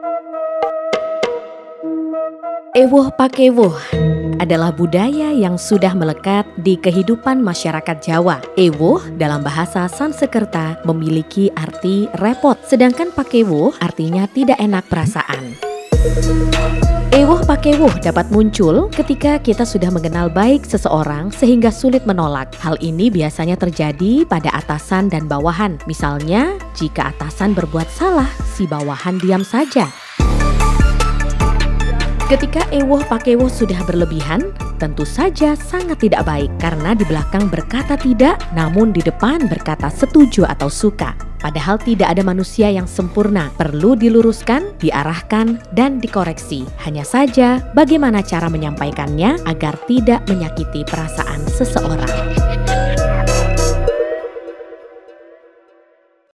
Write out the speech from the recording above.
Ewoh pakewoh adalah budaya yang sudah melekat di kehidupan masyarakat Jawa. Ewoh dalam bahasa Sansekerta memiliki arti repot, sedangkan pakewoh artinya tidak enak perasaan. Ewoh pakewoh dapat muncul ketika kita sudah mengenal baik seseorang sehingga sulit menolak. Hal ini biasanya terjadi pada atasan dan bawahan. Misalnya, jika atasan berbuat salah, si bawahan diam saja. Ketika ewoh pakewoh sudah berlebihan, tentu saja sangat tidak baik karena di belakang berkata tidak, namun di depan berkata setuju atau suka. Padahal tidak ada manusia yang sempurna, perlu diluruskan, diarahkan, dan dikoreksi. Hanya saja bagaimana cara menyampaikannya agar tidak menyakiti perasaan seseorang.